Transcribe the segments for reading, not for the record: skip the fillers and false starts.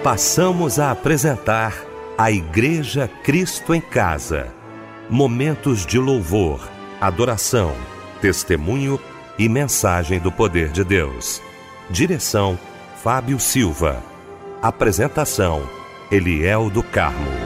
Passamos a apresentar a Igreja Cristo em Casa. Momentos de louvor, adoração, testemunho e mensagem do poder de Deus. Direção: Fábio Silva. Apresentação: Eliel do Carmo.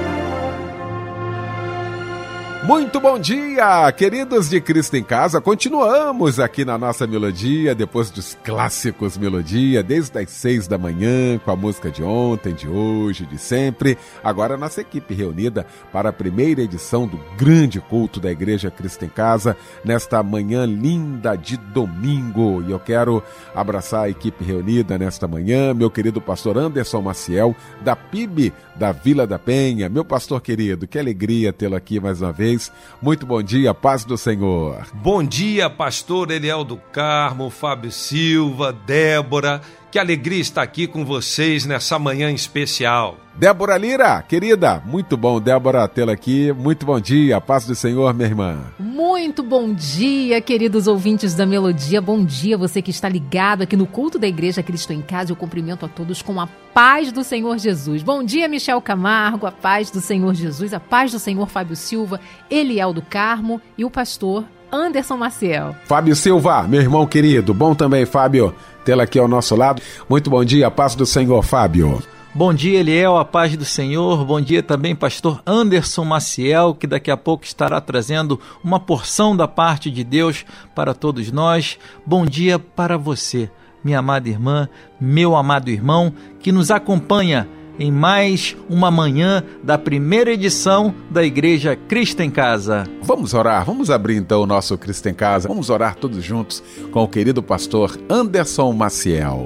Muito bom dia, queridos de Cristo em Casa. Continuamos aqui na nossa melodia, depois dos clássicos melodia, desde as 6 da manhã, com a música de ontem, de hoje, de sempre. Agora a nossa equipe reunida para a primeira edição do grande culto da Igreja Cristo em Casa, nesta manhã linda de domingo. E eu quero abraçar a equipe reunida nesta manhã, meu querido pastor Anderson Maciel, da PIB da Vila da Penha. Meu pastor querido, que alegria tê-lo aqui mais uma vez. Muito bom dia, paz do Senhor. Bom dia, pastor Eliel do Carmo, Fábio Silva, Débora. Que alegria estar aqui com vocês nessa manhã especial. Débora Lira, querida, muito bom, Débora, tê-la aqui. Muito bom dia, paz do Senhor, minha irmã. Muito bom dia, queridos ouvintes da Melodia. Bom dia, você que está ligado aqui no culto da Igreja Cristo em Casa. Eu cumprimento a todos com a paz do Senhor Jesus. Bom dia, Michel Camargo, a paz do Senhor Jesus, a paz do Senhor Fábio Silva, Eliel do Carmo e o pastor Anderson Maciel. Fábio Silva, meu irmão querido, bom também, Fábio, tê-la aqui ao nosso lado. Muito bom dia, paz do Senhor, Fábio. Bom dia, Eliel, a paz do Senhor. Bom dia também, pastor Anderson Maciel, que daqui a pouco estará trazendo uma porção da parte de Deus para todos nós. Bom dia para você, minha amada irmã, meu amado irmão, que nos acompanha em mais uma manhã da primeira edição da Igreja Cristo em Casa. Vamos orar, vamos abrir então o nosso Cristo em Casa. Vamos orar todos juntos com o querido pastor Anderson Maciel.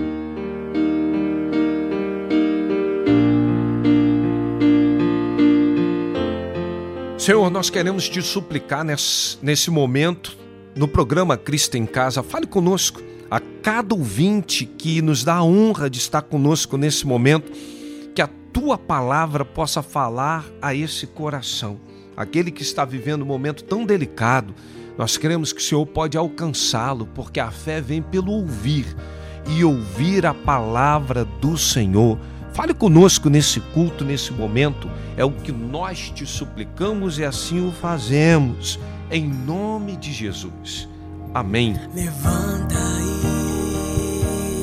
Senhor, nós queremos te suplicar nesse momento, no programa Cristo em Casa. Fale conosco, a cada ouvinte que nos dá a honra de estar conosco nesse momento, que a tua palavra possa falar a esse coração, aquele que está vivendo um momento tão delicado. Nós cremos que o Senhor pode alcançá-lo, porque a fé vem pelo ouvir, e ouvir a palavra do Senhor. Fale conosco nesse culto, nesse momento, é o que nós te suplicamos e assim o fazemos, em nome de Jesus. Amém. Levanta aí,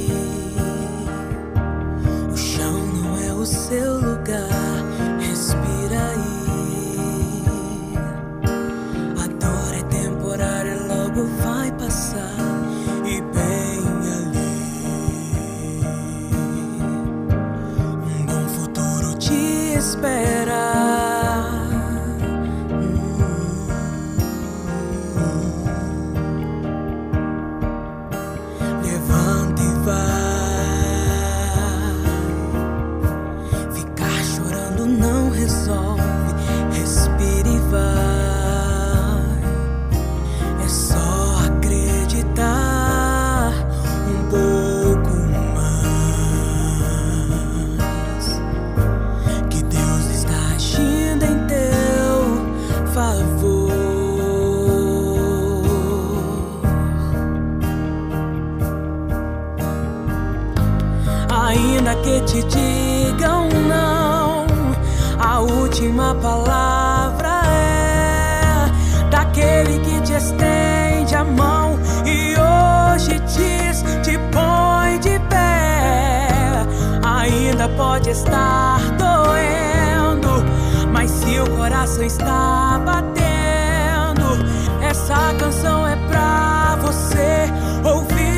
o chão não é o seu lugar, respira aí, a dor é temporária, logo vai passar, e bem ali, um bom futuro te espera. Que te digam não, a última palavra é daquele que te estende a mão e hoje diz, te põe de pé. Ainda pode estar doendo, mas se o coração está batendo, essa canção é pra você ouvir.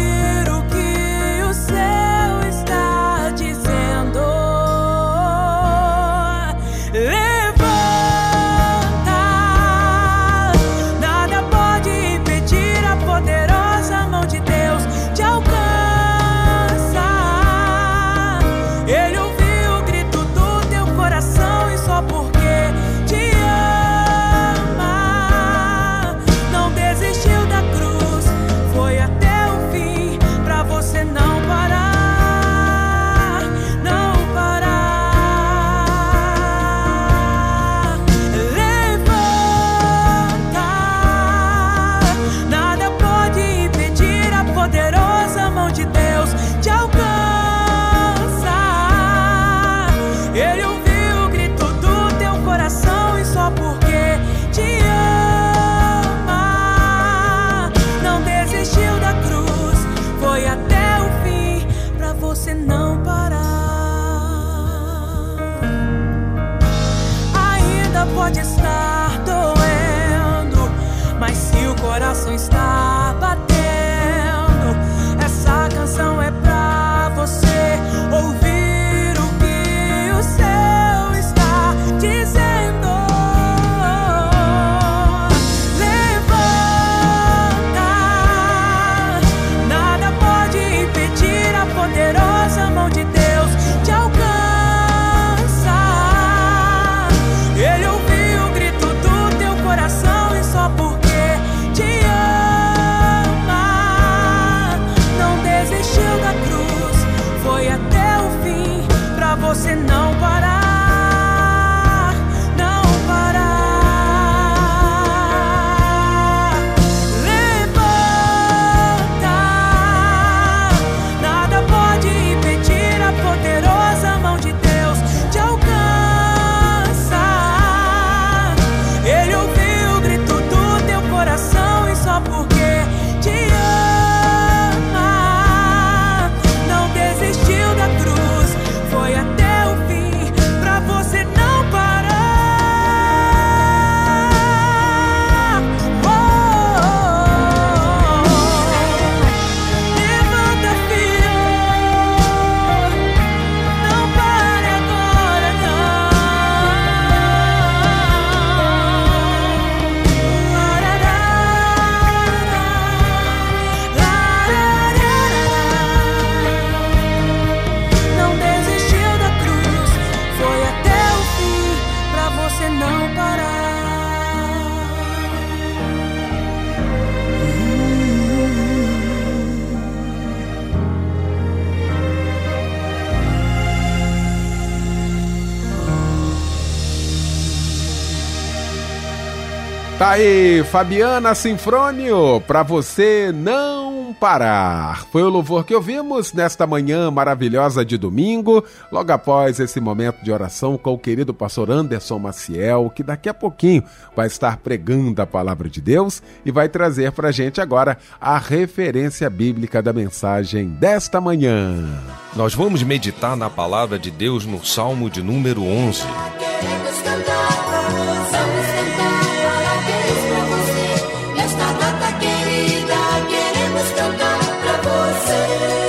Porque te ama. coração está batendo. Essa canção é pra você ouvir o que o céu está dizendo. Levanta, nada pode impedir a poderosa mão de Deus te alcança. Ele ouviu o grito do teu coração e só porque te ama não desistiu da cruz, foi até o fim pra você não parar, não parar. Levanta, nada pode impedir a poderosa mão de Deus te alcança. Ele ouviu o grito do teu coração e só porque te ama não desistiu da cruz, foi até o fim pra você não parar. Oh, levanta, filho, não pare agora, não desistiu da cruz, foi até o fim pra você não parar. Tá aí, Fabiana Sinfrônio, pra você não parar. Foi o louvor que ouvimos nesta manhã maravilhosa de domingo, logo após esse momento de oração com o querido pastor Anderson Maciel, que daqui a pouquinho vai estar pregando a palavra de Deus e vai trazer pra gente agora a referência bíblica da mensagem desta manhã. Nós vamos meditar na palavra de Deus no Salmo de número 11. Queremos cantar, vamos cantar parabéns pra você. Nesta data querida, queremos cantar pra você.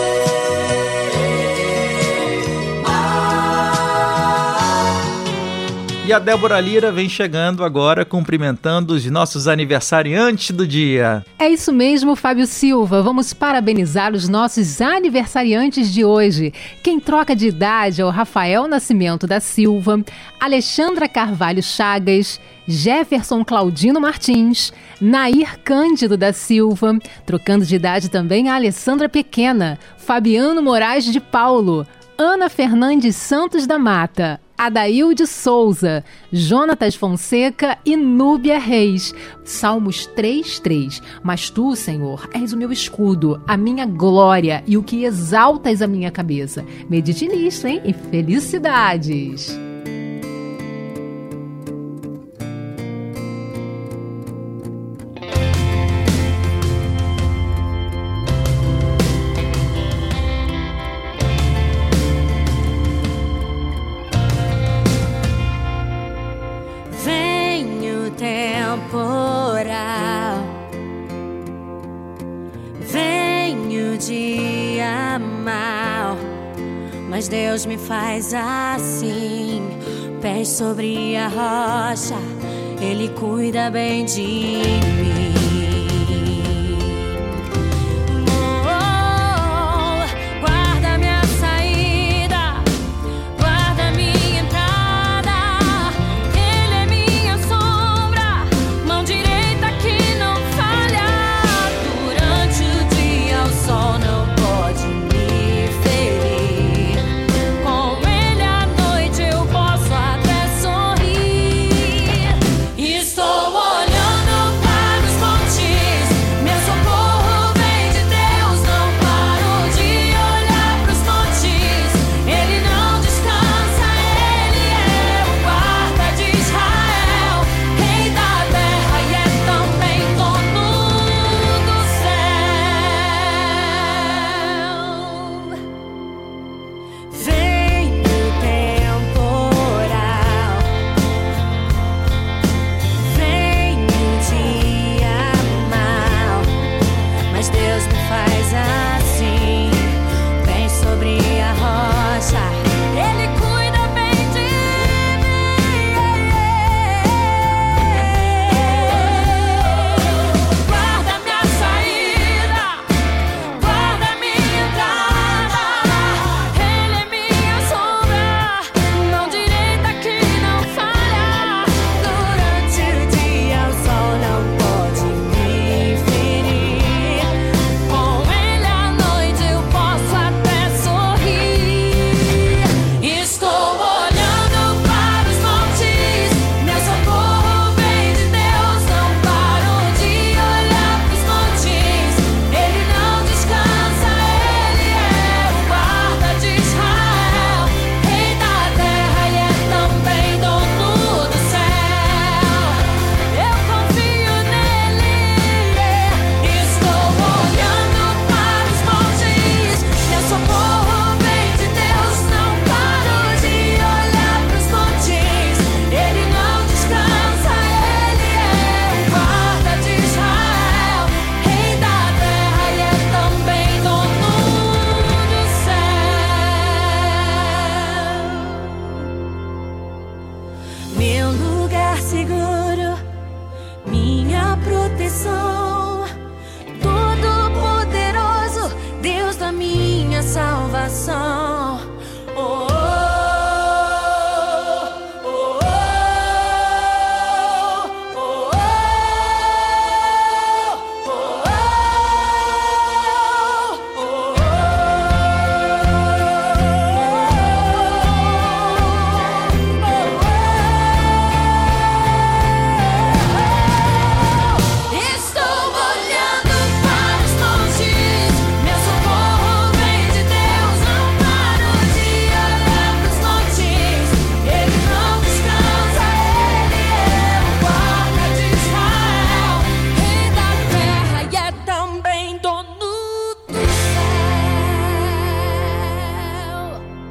E a Débora Lira vem chegando agora, cumprimentando os nossos aniversariantes do dia. É isso mesmo, Fábio Silva. Vamos parabenizar os nossos aniversariantes de hoje. Quem troca de idade é o Rafael Nascimento da Silva, Alexandra Carvalho Chagas, Jefferson Claudino Martins, Nair Cândido da Silva, trocando de idade também a Alessandra Pequena, Fabiano Moraes de Paulo, Ana Fernandes Santos da Mata, Adailde Souza, Jonatas Fonseca e Núbia Reis. Salmos 3:3. Mas tu, Senhor, és o meu escudo, a minha glória e o que exaltas a minha cabeça. Medite nisso, hein? E felicidades! Temporal, venho dia mal, mas Deus me faz assim, pés sobre a rocha, Ele cuida bem de mim. Guarda minha saída, guarda minha entrada, Ele é minha sombra, mão direita que não falha. Durante o dia o sol não pode me ferir, com Ele à noite eu posso até sorrir. Estou olhando para o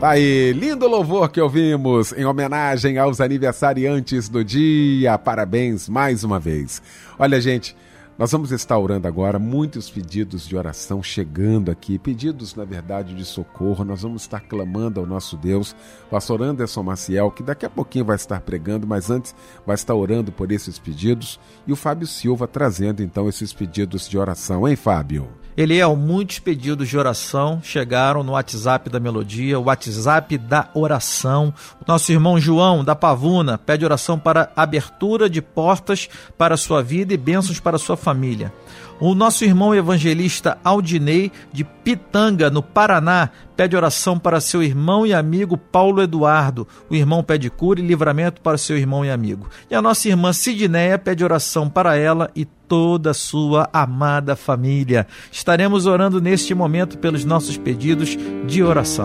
Tá aí, lindo louvor que ouvimos em homenagem aos aniversariantes do dia. Parabéns mais uma vez. Olha, gente, nós vamos estar orando agora, muitos pedidos de oração chegando aqui, pedidos, na verdade, de socorro. Nós vamos estar clamando ao nosso Deus. Pastor Anderson Maciel, que daqui a pouquinho vai estar pregando, mas antes vai estar orando por esses pedidos. E o Fábio Silva trazendo, então, esses pedidos de oração. Hein, Fábio? Eliel, muitos pedidos de oração chegaram no WhatsApp da Melodia, o WhatsApp da oração. O nosso irmão João, da Pavuna, pede oração para abertura de portas para a sua vida e bênçãos para a sua família. O nosso irmão evangelista Aldinei, de Pitanga, no Paraná, pede oração para seu irmão e amigo Paulo Eduardo. O irmão pede cura e livramento para seu irmão e amigo. E a nossa irmã Sidneia pede oração para ela e toda a sua amada família. Estaremos orando neste momento pelos nossos pedidos de oração.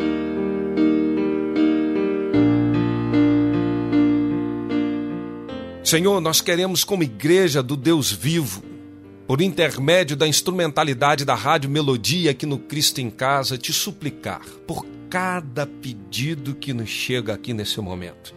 Senhor, nós queremos, como igreja do Deus vivo, por intermédio da instrumentalidade da Rádio Melodia aqui no Cristo em Casa, te suplicar por cada pedido que nos chega aqui nesse momento.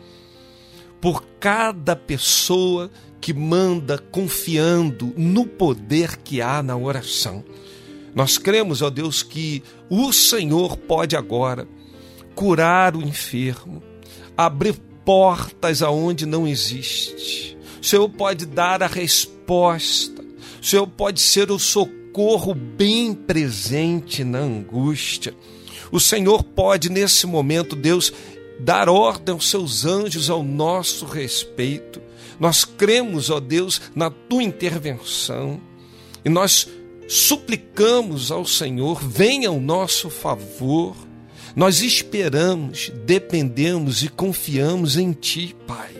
Por cada pessoa que manda confiando no poder que há na oração. Nós cremos, ó Deus, que o Senhor pode agora curar o enfermo, abrir portas aonde não existe. O Senhor pode dar a resposta. O Senhor pode ser o socorro bem presente na angústia. O Senhor pode, nesse momento, Deus, dar ordem aos seus anjos ao nosso respeito. Nós cremos, ó Deus, na tua intervenção. E nós suplicamos ao Senhor, venha ao nosso favor. Nós esperamos, dependemos e confiamos em ti, Pai.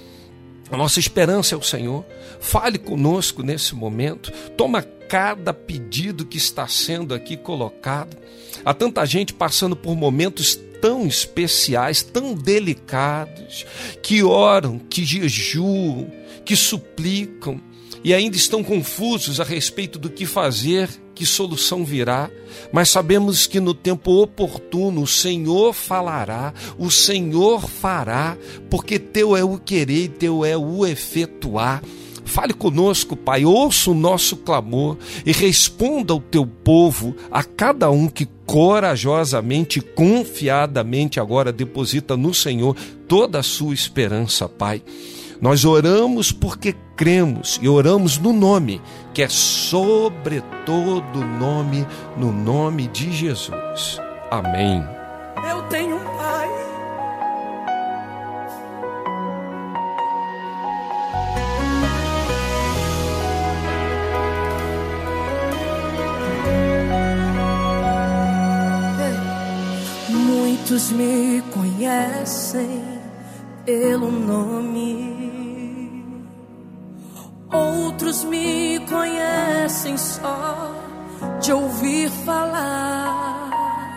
A nossa esperança é o Senhor. Fale conosco nesse momento. Toma cada pedido que está sendo aqui colocado. Há tanta gente passando por momentos tão especiais, tão delicados, que oram, que jejuam, que suplicam e ainda estão confusos a respeito do que fazer, que solução virá. Mas sabemos que no tempo oportuno o Senhor falará, o Senhor fará, porque teu é o querer e teu é o efetuar. Fale conosco, Pai, ouça o nosso clamor e responda ao teu povo, a cada um que corajosamente e confiadamente agora deposita no Senhor toda a sua esperança, Pai. Nós oramos porque cremos e oramos no nome, que é sobre todo nome, no nome de Jesus. Amém. Eu tenho um pai. Muitos me conhecem pelo nome, outros me conhecem só de ouvir falar.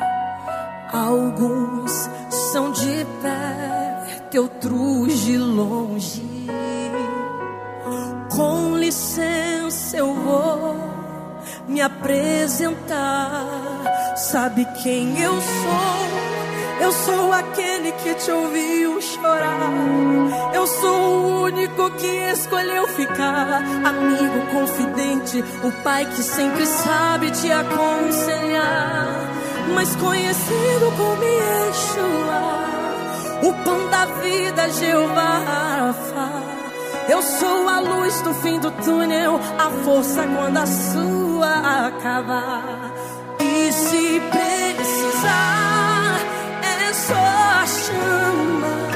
Alguns são de perto, outros de longe. Com licença eu vou me apresentar. Sabe quem eu sou? Eu sou aquele que te ouviu chorar. Eu sou o único que escolheu ficar. Amigo confidente, o pai que sempre sabe te aconselhar. Mas conhecido como Yeshua, o pão da vida, Jeová Rafa. Eu sou a luz do fim do túnel, a força quando a sua acabar. E se precisar, é só chamar.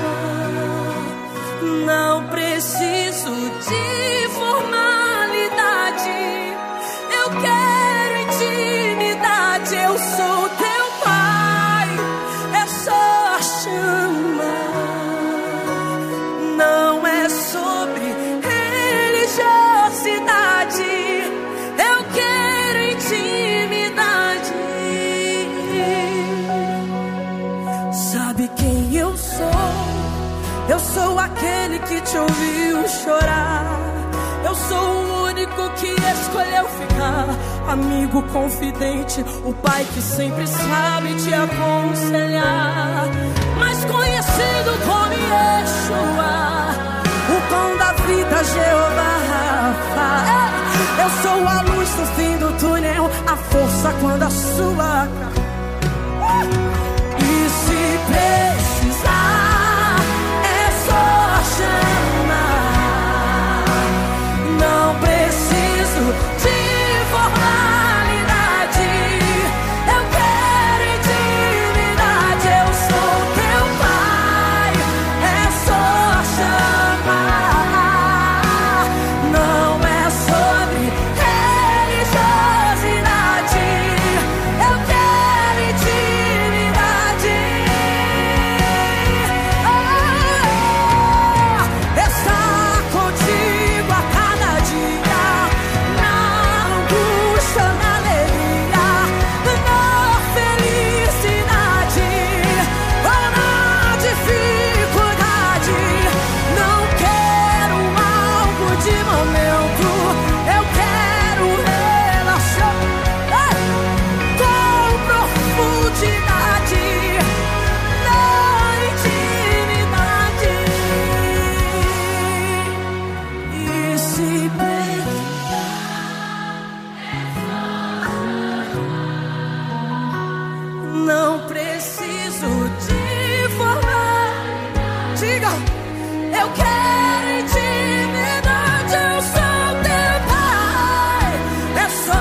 Não preciso de formalidade. Eu quero intimidade. Eu sou teu pai. É só chamar. Não é sobre religiosidade. Eu quero intimidade. Sabe quem eu sou? Eu sou aquele que te ouviu chorar. Eu sou o único que escolheu ficar. amigo confidente, o pai que sempre sabe te aconselhar, mais conhecido como Yeshua, o pão da vida, Jeová Rafa. Eu sou a luz no fim do túnel, a força quando a sua e se precisar é só chamar. Não preciso de formalidade, eu quero intimidade. Eu sou teu pai, é só chamar. Não é sobre religiosidade, eu quero intimidade. Estar contigo a cada dia, na angústia, na alegria, na felicidade ou na dificuldade. Não quero algo de momento, eu quero relação com profundidade, na intimidade. E se não preciso de formar. Diga, eu quero intimidade. Eu sou teu pai, é só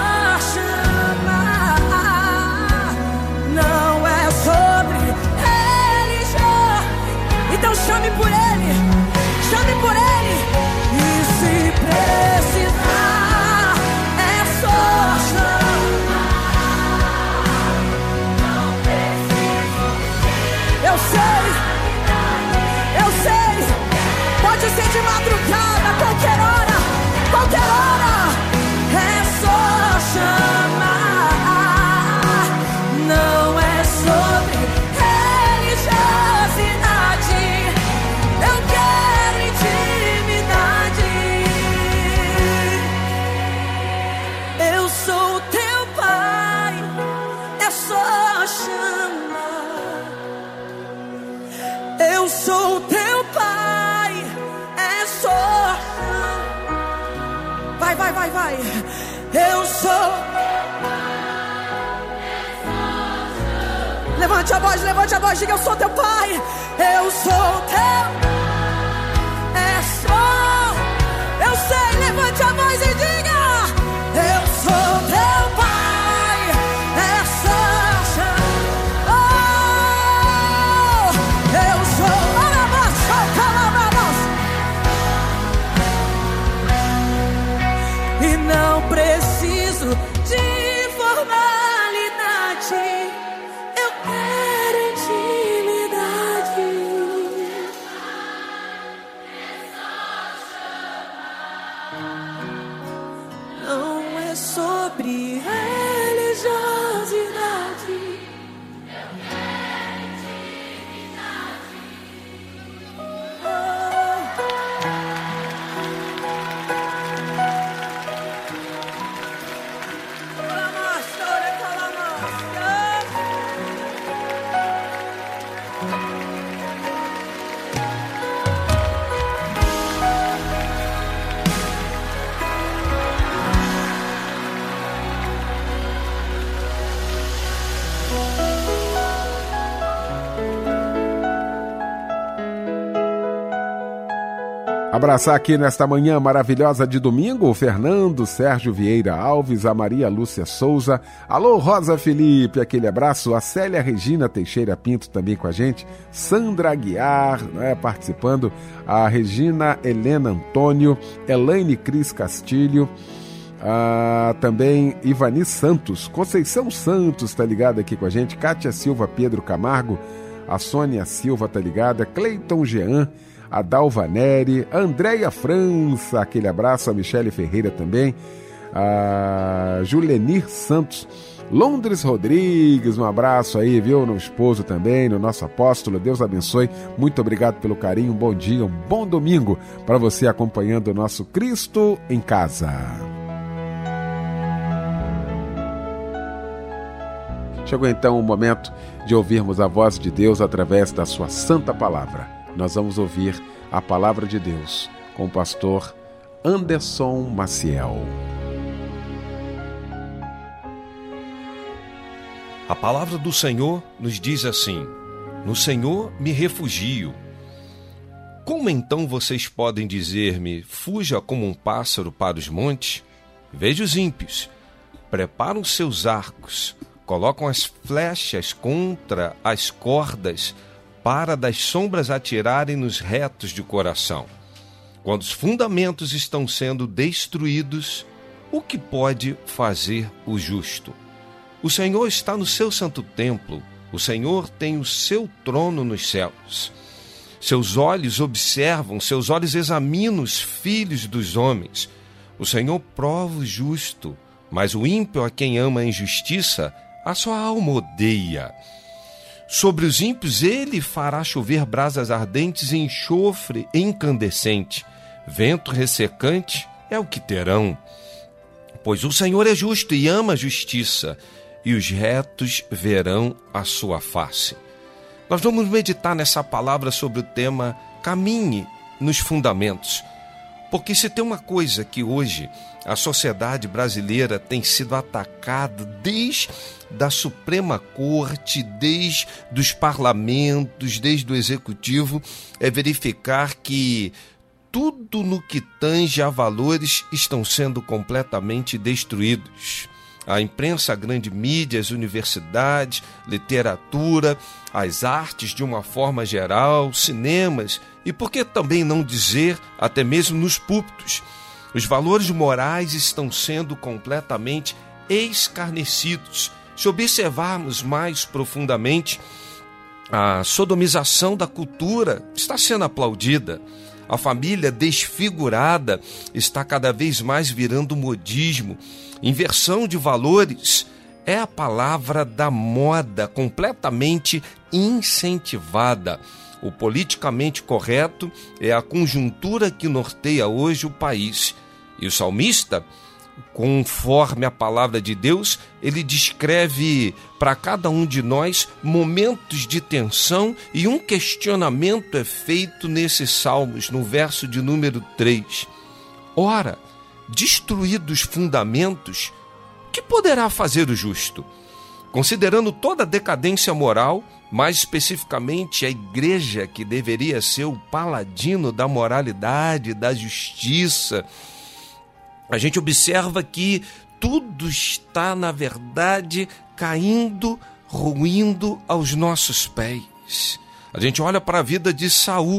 chamar. Não é sobre religião. Então chame por ele, chame por ele. E se precisar é só chamar. Eu sei, pode ser de madrugada, qualquer hora, é só chamar. Não é sobre religiosidade, eu quero intimidade. Eu sou teu pai, é só chamar. Eu sou teu pai, é só. Vai. Eu sou. Levante a voz, diga: eu sou teu pai. Eu sou teu. É só. Eu sei, levante a voz e diga: eu sou teu pai. É só. Eu sou. E não preciso de formalidade, eu quero intimidade. Não é sobre religiosidade, eu quero intimidade. Abraçar aqui nesta manhã maravilhosa de domingo o Fernando Sérgio Vieira Alves, a Maria Lúcia Souza, alô Rosa Felipe, aquele abraço, a Célia Regina Teixeira Pinto também com a gente, Sandra Aguiar, participando, a Regina Helena Antônio, Elaine Cris Castilho, também Ivani Santos, Conceição Santos tá ligada aqui com a gente, Kátia Silva Pedro Camargo, a Sônia Silva tá ligada, Cleiton Jean, a Dalva Neri, a Andréia França, aquele abraço, a Michele Ferreira também, a Julenir Santos, Londres Rodrigues, um abraço aí, viu, no esposo também, no nosso apóstolo, Deus abençoe, muito obrigado pelo carinho, um bom dia, um bom domingo para você acompanhando o nosso Cristo em Casa. Chegou então o momento de ouvirmos a voz de Deus através da sua santa palavra. Nós vamos ouvir a palavra de Deus com o pastor Anderson Maciel. A palavra do Senhor nos diz assim: no Senhor me refugio. Como então vocês podem dizer-me, fuja como um pássaro para os montes? Veja os ímpios, preparam seus arcos, colocam as flechas contra as cordas, para das sombras atirarem nos retos de coração. Quando os fundamentos estão sendo destruídos, o que pode fazer o justo? O Senhor está no seu santo templo, o Senhor tem o seu trono nos céus. Seus olhos observam, seus olhos examinam os filhos dos homens. O Senhor prova o justo, mas o ímpio a quem ama a injustiça, a sua alma odeia. Sobre os ímpios ele fará chover brasas ardentes e enxofre incandescente. Vento ressecante é o que terão. Pois o Senhor é justo e ama a justiça, e os retos verão a sua face. Nós vamos meditar nessa palavra sobre o tema caminhe nos fundamentos. Porque se tem uma coisa que hoje a sociedade brasileira tem sido atacada desde da Suprema Corte, desde dos parlamentos, desde o Executivo, é verificar que tudo no que tange a valores estão sendo completamente destruídos. A imprensa, a grande mídia, as universidades, literatura, as artes de uma forma geral, cinemas e, por que também não dizer, até mesmo nos púlpitos, os valores morais estão sendo completamente escarnecidos. Se observarmos mais profundamente, a sodomização da cultura está sendo aplaudida. A família desfigurada está cada vez mais virando modismo. Inversão de valores é a palavra da moda, completamente incentivada. O politicamente correto é a conjuntura que norteia hoje o país. E o salmista, conforme a palavra de Deus, ele descreve para cada um de nós momentos de tensão, e um questionamento é feito nesses salmos, no verso de número 3. Ora, destruídos fundamentos, que poderá fazer o justo? Considerando toda a decadência moral, mais especificamente a igreja, que deveria ser o paladino da moralidade, da justiça, a gente observa que tudo está, na verdade, caindo, ruindo aos nossos pés. A gente olha para a vida de Saul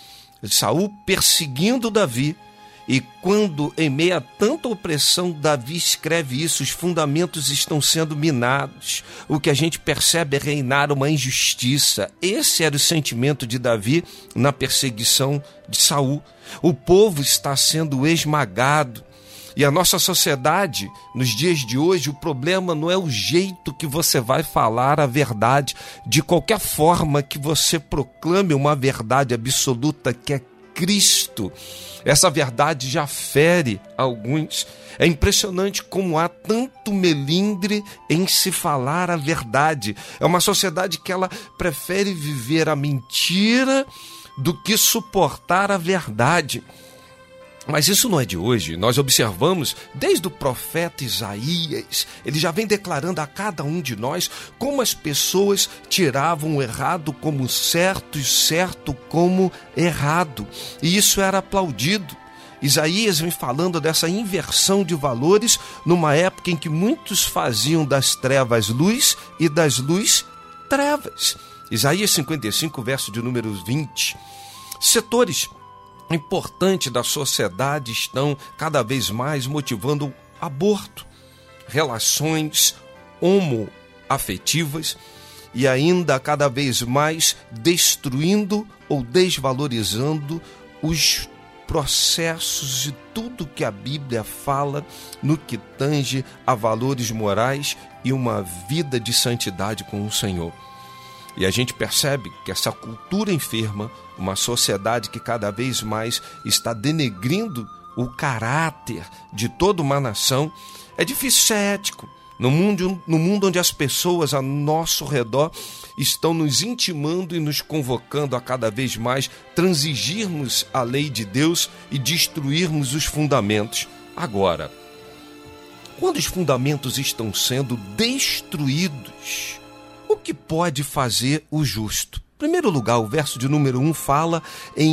perseguindo Davi, e quando, em meio a tanta opressão, Davi escreve isso, os fundamentos estão sendo minados. O que a gente percebe é reinar uma injustiça. Esse era o sentimento de Davi na perseguição de Saul. O povo está sendo esmagado. E a nossa sociedade, nos dias de hoje, o problema não é o jeito que você vai falar a verdade, de qualquer forma que você proclame uma verdade absoluta que é Cristo. Essa verdade já fere alguns. É impressionante como há tanto melindre em se falar a verdade. É uma sociedade que ela prefere viver a mentira do que suportar a verdade. Mas isso não é de hoje. Nós observamos desde o profeta Isaías, ele já vem declarando a cada um de nós como as pessoas tiravam o errado como certo e certo como errado. E isso era aplaudido. Isaías vem falando dessa inversão de valores numa época em que muitos faziam das trevas luz e das luz trevas. Isaías 55, verso de número 20. Setores importantes da sociedade estão cada vez mais motivando o aborto, relações homoafetivas e ainda cada vez mais destruindo ou desvalorizando os processos e tudo que a Bíblia fala no que tange a valores morais e uma vida de santidade com o Senhor. E a gente percebe que essa cultura enferma, uma sociedade que cada vez mais está denegrindo o caráter de toda uma nação, é difícil ser ético. No mundo onde as pessoas ao nosso redor estão nos intimando e nos convocando a cada vez mais transigirmos a lei de Deus e destruirmos os fundamentos. Agora, quando os fundamentos estão sendo destruídos, o que pode fazer o justo? Em primeiro lugar, o verso de número 1 fala em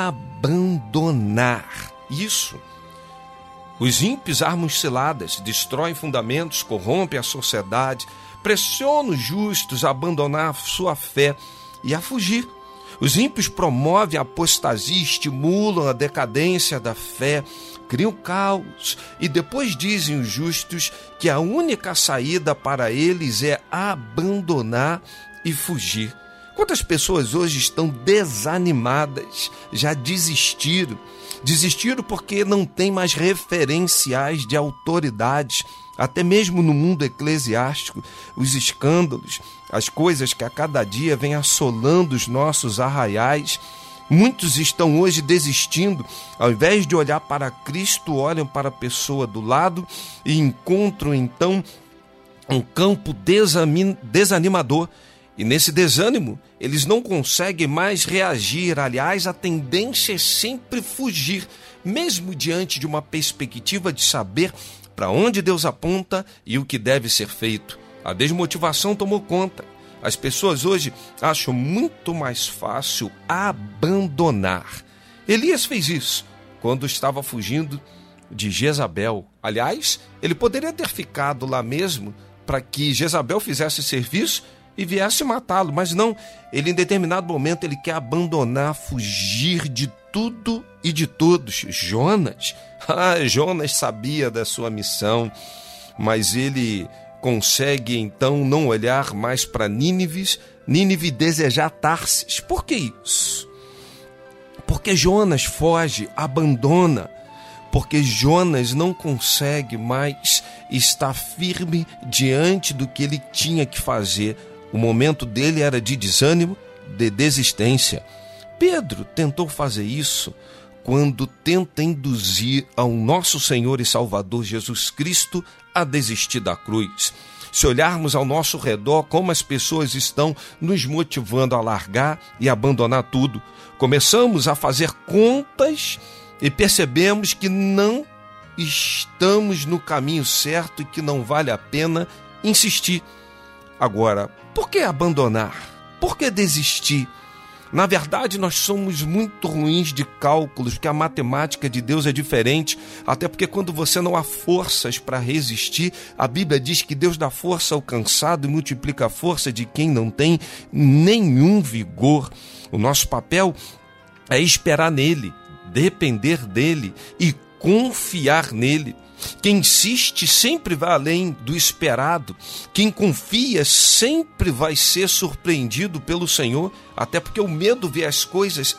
abandonar. Isso. Os ímpios armam ciladas, destroem fundamentos, corrompem a sociedade, pressionam os justos a abandonar sua fé e a fugir. Os ímpios promovem a apostasia, estimulam a decadência da fé, criam caos e depois dizem os justos que a única saída para eles é abandonar e fugir. Quantas pessoas hoje estão desanimadas, já desistiram? Desistiram porque não tem mais referenciais de autoridades, até mesmo no mundo eclesiástico, os escândalos, as coisas que a cada dia vêm assolando os nossos arraiais. Muitos estão hoje desistindo, ao invés de olhar para Cristo, olham para a pessoa do lado e encontram então um campo desanimador. E nesse desânimo, eles não conseguem mais reagir. Aliás, a tendência é sempre fugir, mesmo diante de uma perspectiva de saber para onde Deus aponta e o que deve ser feito. A desmotivação tomou conta. As pessoas hoje acham muito mais fácil abandonar. Elias fez isso quando estava fugindo de Jezabel. Aliás, ele poderia ter ficado lá mesmo para que Jezabel fizesse serviço e viesse matá-lo, mas não, ele em determinado momento ele quer abandonar, fugir de tudo e de todos. Jonas sabia da sua missão, mas ele consegue então não olhar mais para Nínive e desejar Tarsis. Por que isso? Porque Jonas foge, abandona, porque Jonas não consegue mais estar firme diante do que ele tinha que fazer. O momento dele era de desânimo, de desistência. Pedro tentou fazer isso quando tenta induzir ao nosso Senhor e Salvador Jesus Cristo a desistir da cruz. Se olharmos ao nosso redor, como as pessoas estão nos motivando a largar e abandonar tudo, começamos a fazer contas e percebemos que não estamos no caminho certo e que não vale a pena insistir. Agora, por que abandonar? Por que desistir? Na verdade, nós somos muito ruins de cálculos, porque a matemática de Deus é diferente, até porque quando você não há forças para resistir, a Bíblia diz que Deus dá força ao cansado e multiplica a força de quem não tem nenhum vigor. O nosso papel é esperar nele, depender dele e confiar nele. Quem insiste sempre vai além do esperado. Quem confia sempre vai ser surpreendido pelo Senhor, até porque o medo vê as coisas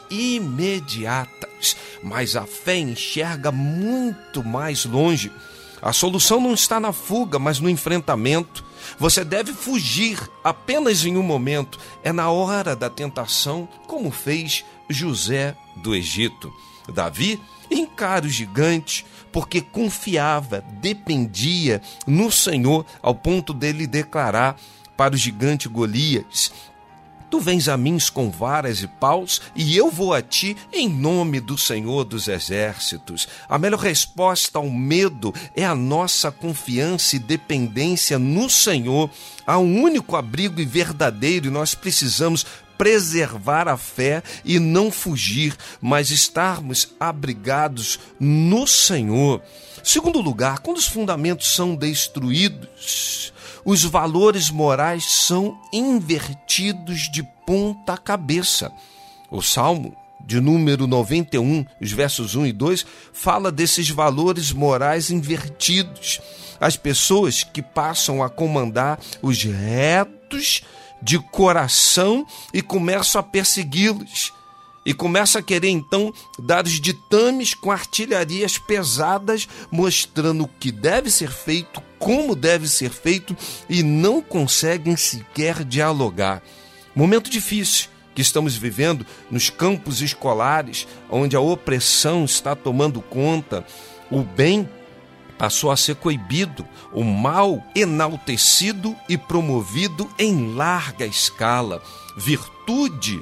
imediatas, mas a fé enxerga muito mais longe. A solução não está na fuga, mas no enfrentamento. Você deve fugir apenas em um momento. É na hora da tentação, como fez José do Egito. Davi encara o gigante porque confiava, dependia no Senhor, ao ponto dele declarar para o gigante Golias: tu vens a mim com varas e paus, e eu vou a ti em nome do Senhor dos Exércitos. A melhor resposta ao medo é a nossa confiança e dependência no Senhor. Há um único abrigo e verdadeiro, e nós precisamos preservar a fé e não fugir, mas estarmos abrigados no Senhor. Segundo lugar, quando os fundamentos são destruídos, os valores morais são invertidos de ponta cabeça. O Salmo de número 91, os versos 1 e 2, fala desses valores morais invertidos. As pessoas que passam a comandar os retos de coração e começam a persegui-los. E começa a querer então dar os ditames com artilharias pesadas, mostrando o que deve ser feito, como deve ser feito, e não conseguem sequer dialogar. Momento difícil que estamos vivendo nos campos escolares, onde a opressão está tomando conta. O bem passou a ser coibido, o mal enaltecido e promovido em larga escala. Virtude,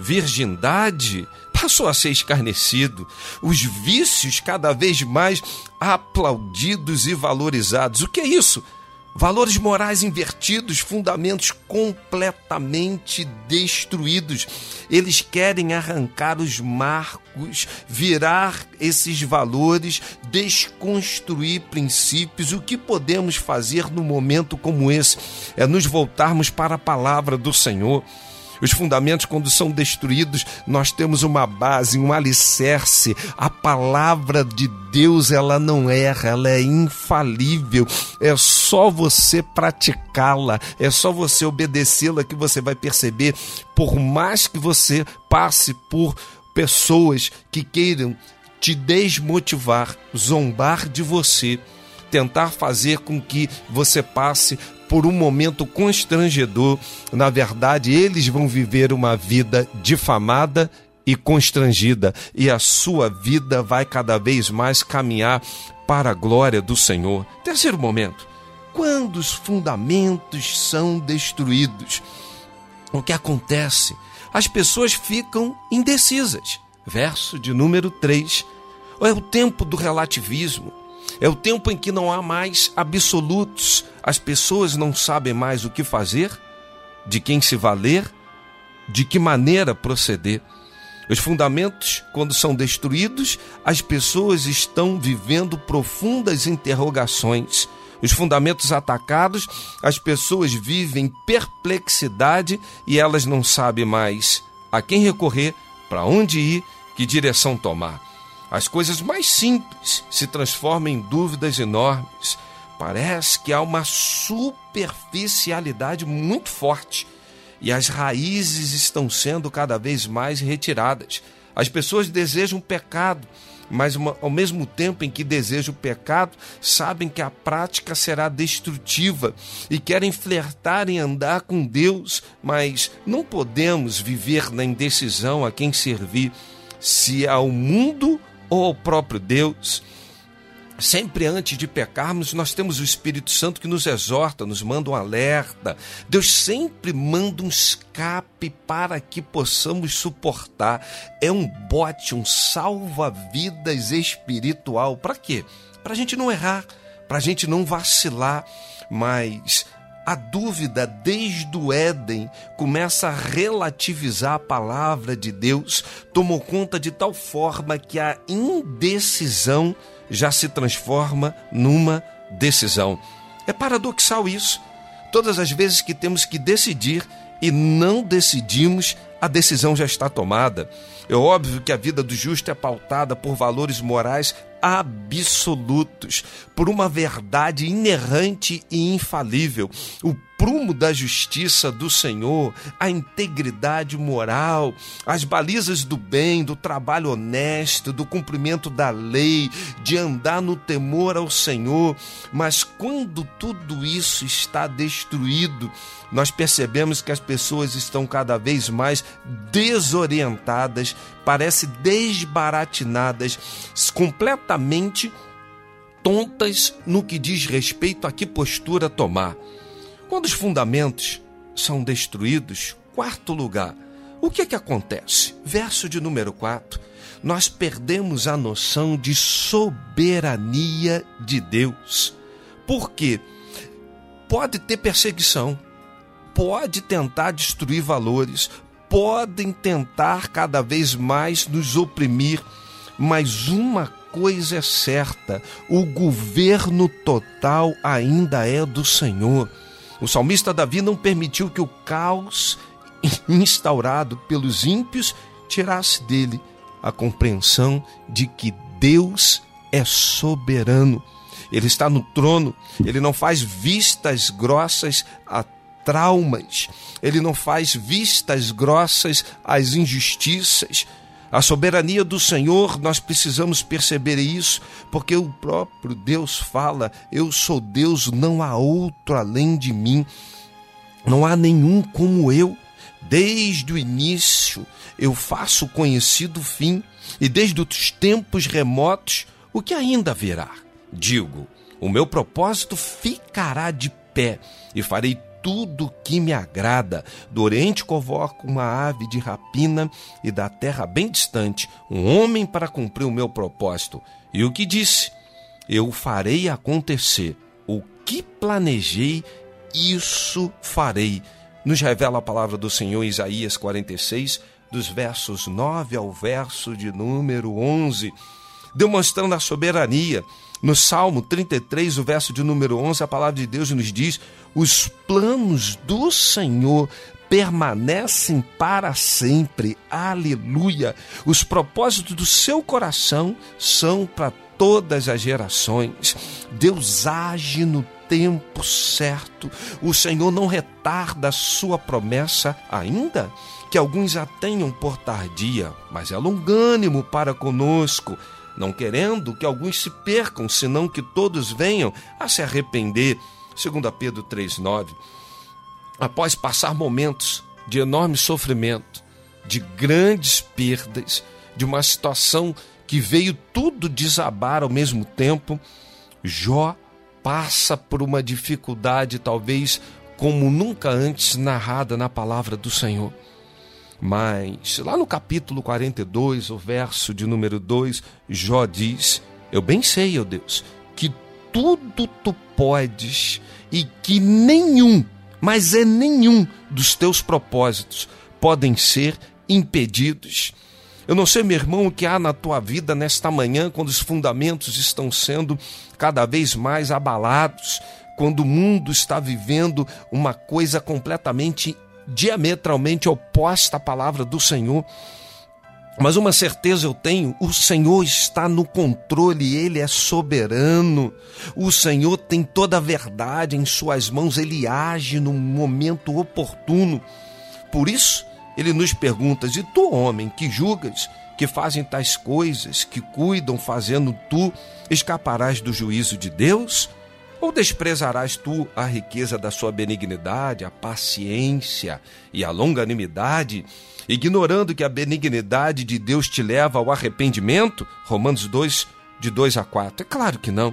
virgindade, passou a ser escarnecido. Os vícios cada vez mais aplaudidos e valorizados. O que é isso? Valores morais invertidos, fundamentos completamente destruídos. Eles querem arrancar os marcos, virar esses valores, desconstruir princípios. O que podemos fazer num momento como esse? É nos voltarmos para a palavra do Senhor. Os fundamentos, quando são destruídos, nós temos uma base, um alicerce. A palavra de Deus, ela não erra, ela é infalível. É só você praticá-la, é só você obedecê-la que você vai perceber, por mais que você passe por pessoas que queiram te desmotivar, zombar de você, tentar fazer com que você passe por um momento constrangedor. Na verdade, eles vão viver uma vida difamada e constrangida, e a sua vida vai cada vez mais caminhar para a glória do Senhor. Terceiro momento, quando os fundamentos são destruídos, o que acontece? As pessoas ficam indecisas. Verso de número 3. É o tempo do relativismo. É o tempo em que não há mais absolutos. As pessoas não sabem mais o que fazer, de quem se valer, de que maneira proceder. Os fundamentos, quando são destruídos, as pessoas estão vivendo profundas interrogações. Os fundamentos atacados, as pessoas vivem perplexidade e elas não sabem mais a quem recorrer, para onde ir, que direção tomar. As coisas mais simples se transformam em dúvidas enormes. Parece que há uma superficialidade muito forte e as raízes estão sendo cada vez mais retiradas. As pessoas desejam pecado, mas ao mesmo tempo em que desejam o pecado, sabem que a prática será destrutiva e querem flertar em andar com Deus, mas não podemos viver na indecisão a quem servir, se é ao mundo ou ao próprio Deus. Sempre antes de pecarmos, nós temos o Espírito Santo que nos exorta, nos manda um alerta. Deus sempre manda um escape para que possamos suportar. É um bote, um salva-vidas espiritual. Para quê? Para a gente não errar, para a gente não vacilar. Mas a dúvida, desde o Éden, começa a relativizar a palavra de Deus, tomou conta de tal forma que a indecisão já se transforma numa decisão. É paradoxal isso. Todas as vezes que temos que decidir e não decidimos, a decisão já está tomada. É óbvio que a vida do justo é pautada por valores morais absolutos, por uma verdade inerrante e infalível. O prumo da justiça do Senhor, a integridade moral, as balizas do bem, do trabalho honesto, do cumprimento da lei, de andar no temor ao Senhor. Mas quando tudo isso está destruído, nós percebemos que as pessoas estão cada vez mais desorientadas, parece desbaratinadas, completamente tontas no que diz respeito a que postura tomar. Quando os fundamentos são destruídos, quarto lugar, o que acontece? Verso de número 4, nós perdemos a noção de soberania de Deus. Por quê? Pode ter perseguição, pode tentar destruir valores, podem tentar cada vez mais nos oprimir, mas uma coisa é certa, o governo total ainda é do Senhor. O salmista Davi não permitiu que o caos instaurado pelos ímpios tirasse dele a compreensão de que Deus é soberano. Ele está no trono, ele não faz vistas grossas a traumas, ele não faz vistas grossas às injustiças. A soberania do Senhor, nós precisamos perceber isso, porque o próprio Deus fala: eu sou Deus, não há outro além de mim, não há nenhum como eu. Desde o início eu faço conhecido o fim, e desde os tempos remotos o que ainda virá. Digo, O meu propósito ficará de pé e farei tudo o que me agrada. Do Oriente convoco uma ave de rapina e da terra bem distante um homem para cumprir o meu propósito. E o que disse? Eu farei acontecer. O que planejei, isso farei. Nos revela a palavra do Senhor em Isaías 46, dos versos 9 ao verso de número 11, demonstrando a soberania. No Salmo 33, o verso de número 11, a palavra de Deus nos diz: os planos do Senhor permanecem para sempre. Aleluia! Os propósitos do seu coração são para todas as gerações. Deus age no tempo certo. O Senhor não retarda a sua promessa, ainda que alguns a tenham por tardia, mas é longânimo para conosco, não querendo que alguns se percam, senão que todos venham a se arrepender. 2 Pedro 3,9. Após passar momentos de enorme sofrimento, de grandes perdas, de uma situação que veio tudo desabar ao mesmo tempo, Jó passa por uma dificuldade talvez como nunca antes narrada na palavra do Senhor. Mas lá no capítulo 42, o verso de número 2, Jó diz: eu bem sei, ó Deus, que tudo tu podes e que nenhum, mas é nenhum dos teus propósitos podem ser impedidos. Eu não sei, meu irmão, o que há na tua vida nesta manhã, quando os fundamentos estão sendo cada vez mais abalados, quando o mundo está vivendo uma coisa completamente, diametralmente oposta à palavra do Senhor. Mas uma certeza eu tenho: o Senhor está no controle, Ele é soberano. O Senhor tem toda a verdade em suas mãos, Ele age no momento oportuno. Por isso, Ele nos pergunta: e tu, homem, que julgas, que fazem tais coisas, que cuidam fazendo tu, escaparás do juízo de Deus? Ou desprezarás tu a riqueza da sua benignidade, a paciência e a longanimidade, ignorando que a benignidade de Deus te leva ao arrependimento? Romanos 2, de 2 a 4. É claro que não.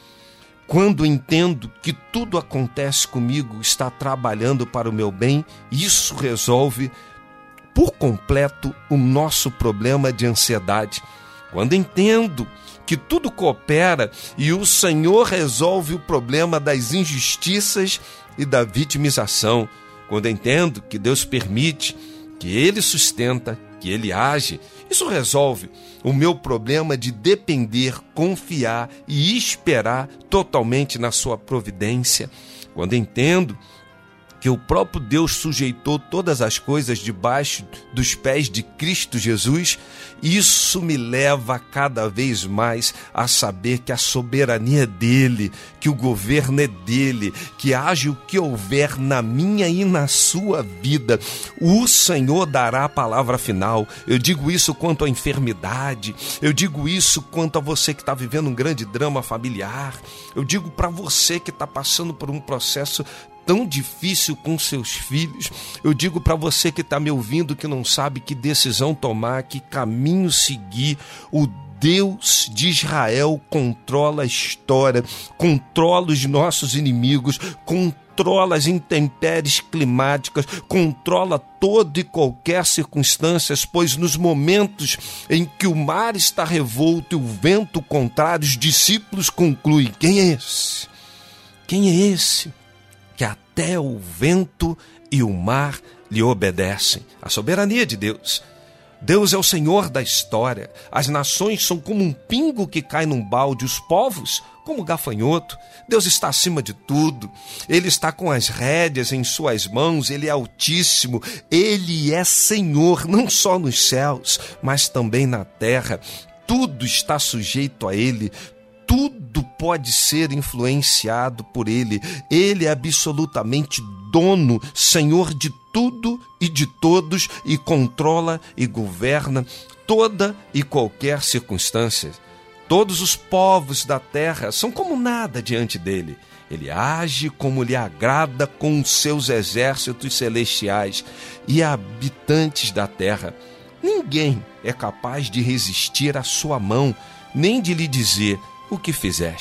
Quando entendo que tudo acontece comigo, está trabalhando para o meu bem, isso resolve por completo o nosso problema de ansiedade. Quando entendo que tudo coopera e o Senhor resolve o problema das injustiças e da vitimização. Quando entendo que Deus permite, que Ele sustenta, que Ele age, isso resolve o meu problema de depender, confiar e esperar totalmente na sua providência. Quando entendo que o próprio Deus sujeitou todas as coisas debaixo dos pés de Cristo Jesus, isso me leva cada vez mais a saber que a soberania é dele, que o governo é dele, que age o que houver na minha e na sua vida, o Senhor dará a palavra final. Eu digo isso quanto à enfermidade, eu digo isso quanto a você que está vivendo um grande drama familiar, eu digo para você que está passando por um processo tão difícil com seus filhos. Eu digo para você que está me ouvindo, que não sabe que decisão tomar, que caminho seguir. O Deus de Israel controla a história, controla os nossos inimigos, controla as intempéries climáticas, controla toda e qualquer circunstância, pois nos momentos em que o mar está revolto e o vento contrário, os discípulos concluem: quem é esse? Quem é esse que até o vento e o mar lhe obedecem? A soberania de Deus. Deus é o Senhor da história. As nações são como um pingo que cai num balde, os povos como gafanhoto. Deus está acima de tudo. Ele está com as rédeas em suas mãos. Ele é altíssimo. Ele é Senhor, não só nos céus, mas também na terra. Tudo está sujeito a Ele. Tudo pode ser influenciado por Ele. Ele é absolutamente dono, Senhor de tudo e de todos, e controla e governa toda e qualquer circunstância. Todos os povos da terra são como nada diante dele. Ele age como lhe agrada com os seus exércitos celestiais e habitantes da terra. Ninguém é capaz de resistir à sua mão, nem de lhe dizer: o que fizeste?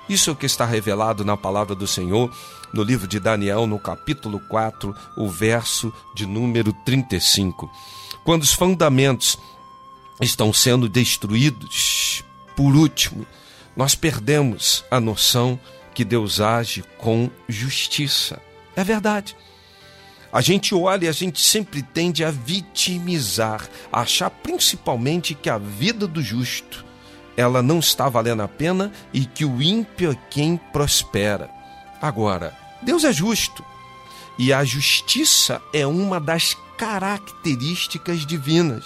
Isso é o que está revelado na palavra do Senhor, no livro de Daniel, no capítulo 4, o verso de número 35. Quando os fundamentos estão sendo destruídos, por último, nós perdemos a noção que Deus age com justiça. É verdade. A gente olha e a gente sempre tende a vitimizar, a achar principalmente que a vida do justo, ela não está valendo a pena e que o ímpio é quem prospera. Agora, Deus é justo e a justiça é uma das características divina.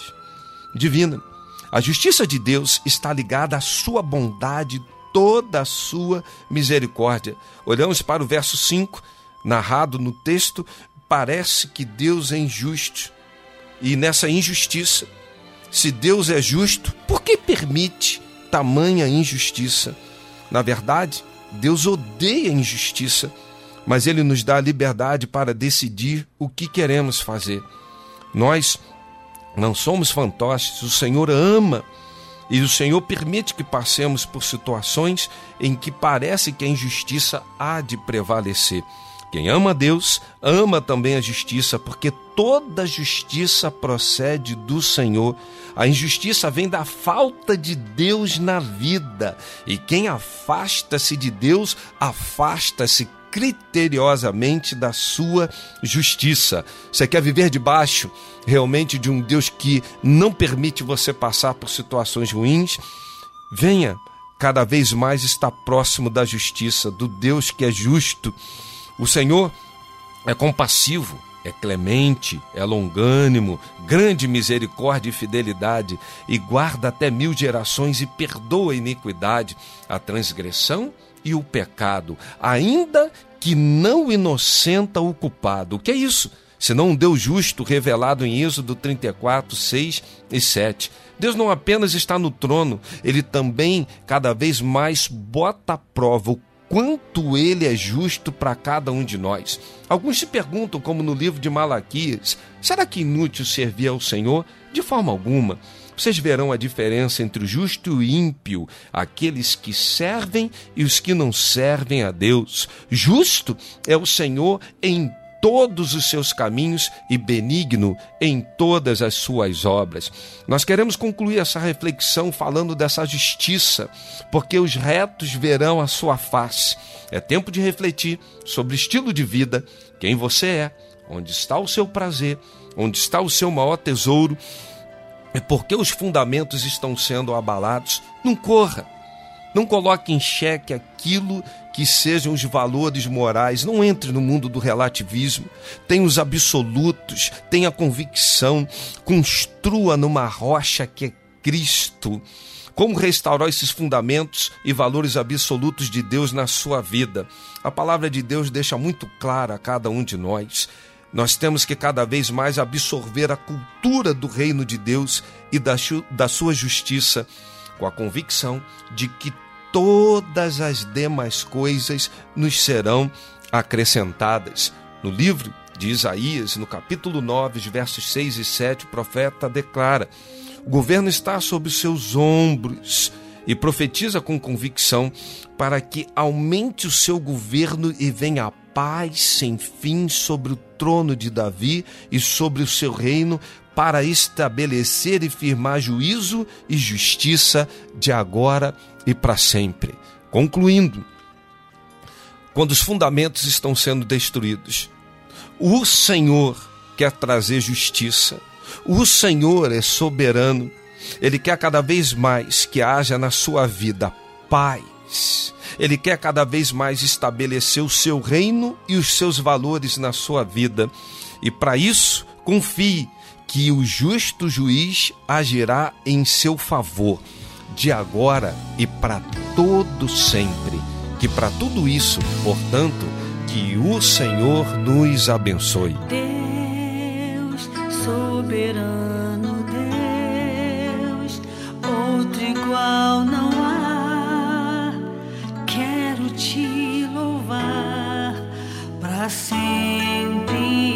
A justiça de Deus está ligada à sua bondade, toda a sua misericórdia. Olhamos para o verso 5, narrado no texto, parece que Deus é injusto. E nessa injustiça, se Deus é justo, por que permite tamanha injustiça? Na verdade, Deus odeia a injustiça, mas Ele nos dá a liberdade para decidir o que queremos fazer. Nós não somos fantoches, o Senhor ama e o Senhor permite que passemos por situações em que parece que a injustiça há de prevalecer. Quem ama Deus, ama também a justiça, porque toda justiça procede do Senhor. A injustiça vem da falta de Deus na vida. E quem afasta-se de Deus, afasta-se criteriosamente da sua justiça. Você quer viver debaixo realmente de um Deus que não permite você passar por situações ruins? Venha cada vez mais estar próximo da justiça, do Deus que é justo. O Senhor é compassivo, é clemente, é longânimo, grande misericórdia e fidelidade, e guarda até 1000 gerações e perdoa a iniquidade, a transgressão e o pecado, ainda que não inocenta o culpado. O que é isso? Senão um Deus justo revelado em Êxodo 34, 6 e 7. Deus não apenas está no trono, Ele também cada vez mais bota à prova o quanto Ele é justo para cada um de nós. Alguns se perguntam, como no livro de Malaquias, será que é inútil servir ao Senhor? De forma alguma. Vocês verão a diferença entre o justo e o ímpio, aqueles que servem e os que não servem a Deus. Justo é o Senhor em todos os seus caminhos e benigno em todas as suas obras. Nós queremos concluir essa reflexão falando dessa justiça, porque os retos verão a sua face. É tempo de refletir sobre o estilo de vida, quem você é, onde está o seu prazer, onde está o seu maior tesouro, e porque os fundamentos estão sendo abalados. Não corra. Não coloque em xeque aquilo que sejam os valores morais. Não entre no mundo do relativismo. Tenha os absolutos, tenha a convicção. Construa numa rocha que é Cristo. Como restaurar esses fundamentos e valores absolutos de Deus na sua vida? A palavra de Deus deixa muito clara a cada um de nós. Nós temos que cada vez mais absorver a cultura do reino de Deus e da sua justiça, com a convicção de que todas as demais coisas nos serão acrescentadas. No livro de Isaías, no capítulo 9, versos 6 e 7, o profeta declara: o governo está sobre os seus ombros, e profetiza com convicção para que aumente o seu governo e venha a paz sem fim sobre o trono de Davi e sobre o seu reino, para estabelecer e firmar juízo e justiça de agora e para sempre. Concluindo, quando os fundamentos estão sendo destruídos, o Senhor quer trazer justiça. O Senhor é soberano. Ele quer cada vez mais que haja na sua vida paz. Ele quer cada vez mais estabelecer o seu reino e os seus valores na sua vida. E para isso, confie que o justo juiz agirá em seu favor, de agora e para todo sempre. Que para tudo isso, portanto, que o Senhor nos abençoe. Deus, soberano Deus, outro igual não há. Quero te louvar para sempre.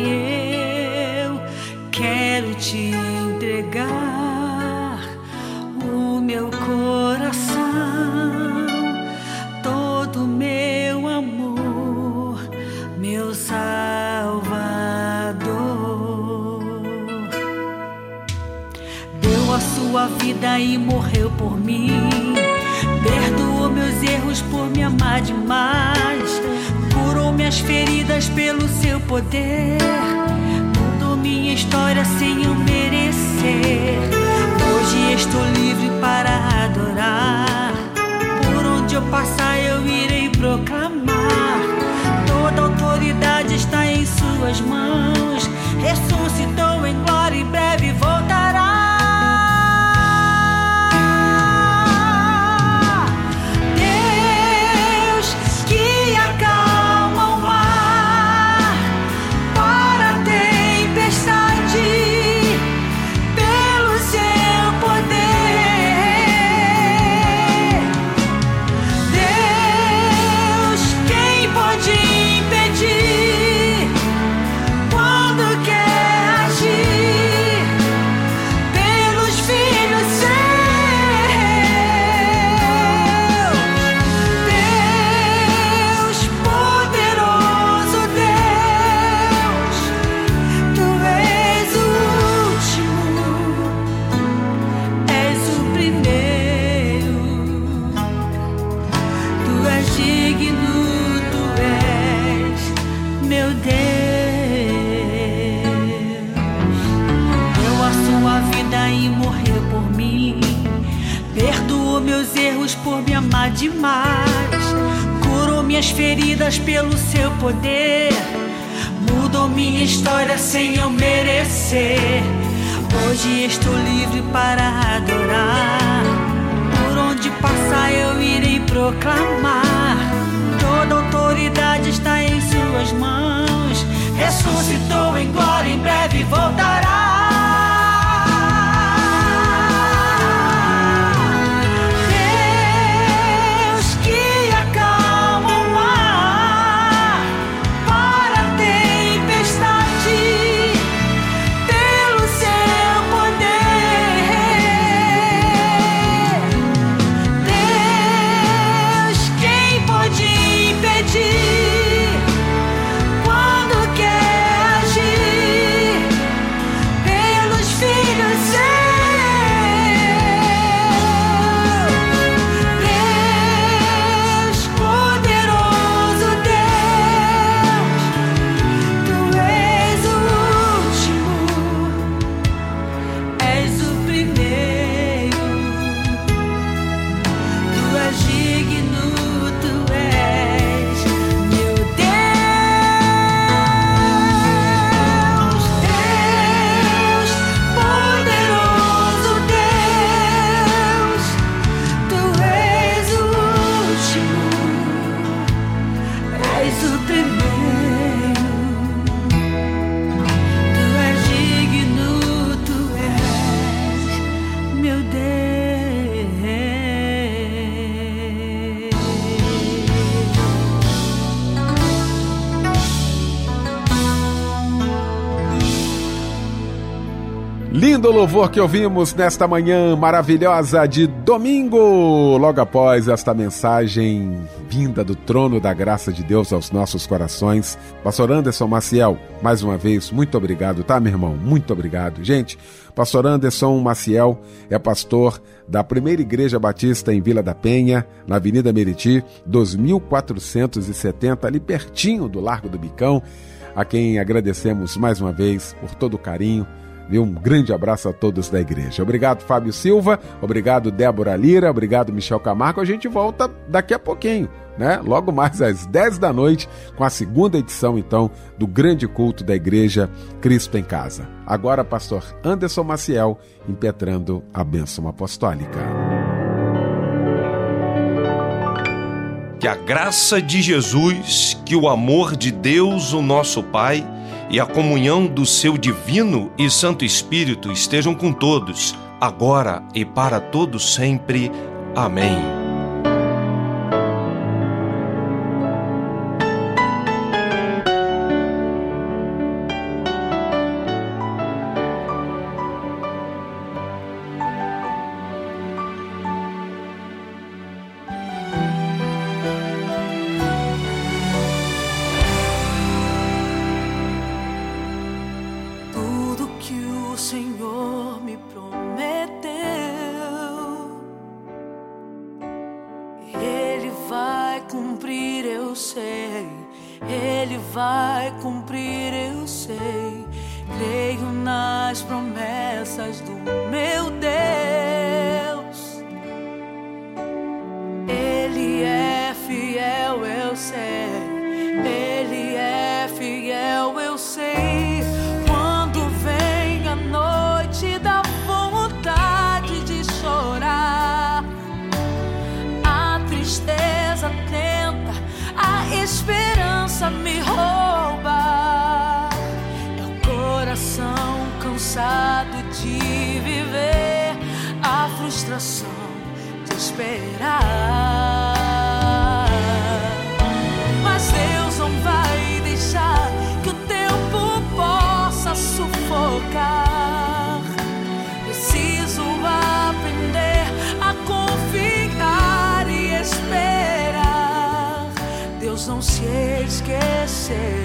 Eu quero te entregar o meu coração. vida e morreu por mim. Perdoou meus erros por me amar demais. Curou minhas feridas pelo seu poder. Mudou minha história sem eu merecer. Hoje estou livre para adorar. Por onde eu passar eu irei proclamar. Toda autoridade está em suas mãos. Ressuscitou em glória, em breve voltará. Por me amar demais. Curou minhas feridas pelo seu poder. Mudou minha história sem eu merecer. Hoje estou livre para adorar. Por onde passar eu irei proclamar. Toda autoridade está em suas mãos. Ressuscitou em glória, em breve voltará. Lindo louvor que ouvimos nesta manhã maravilhosa de domingo, logo após esta mensagem vinda do trono da graça de Deus aos nossos corações. Pastor Anderson Maciel, mais uma vez, muito obrigado, tá, meu irmão? Muito obrigado. Gente, Pastor Anderson Maciel é pastor da Primeira Igreja Batista em Vila da Penha, na Avenida Meriti, 2470, ali pertinho do Largo do Bicão, a quem agradecemos mais uma vez por todo o carinho. Um grande abraço a todos da igreja. Obrigado, Fábio Silva. Obrigado, Débora Lira. Obrigado, Michel Camargo. A gente volta daqui a pouquinho, né? Logo mais às 10 da noite, com a segunda edição, então, do grande culto da Igreja Cristo em Casa. Agora, pastor Anderson Maciel, impetrando a bênção apostólica. Que a graça de Jesus, que o amor de Deus, o nosso Pai, e a comunhão do seu divino e santo Espírito estejam com todos, agora e para todos sempre. Amém. Tudo que o Senhor me prometeu Ele vai cumprir, eu sei. Creio nas promessas do meu Deus. Ele é fiel, eu sei. Ele é fiel, eu sei. Quando vem a noite da vontade de chorar, a tristeza tenta, a esperança me rouba. É o coração cansado de viver, a frustração de esperar. Mas Deus não vai deixar que o tempo possa sufocar. Preciso aprender a confiar e esperar. Deus não se esqueceu.